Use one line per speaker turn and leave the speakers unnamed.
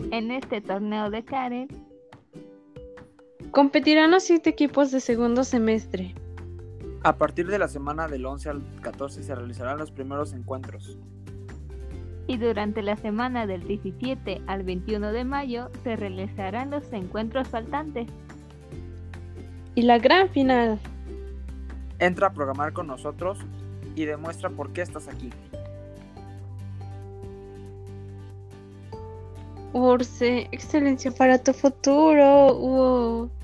En este torneo de Karen
competirán los 7 equipos de segundo semestre.
A partir de la semana del 11 al 14 se realizarán los primeros encuentros.
y durante la semana del 17 al 21 de mayo se realizarán los encuentros faltantes.
Y la gran final.
Entra a programar con nosotros y demuestra por qué estás aquí.
Urse, excelencia para tu futuro. Wow.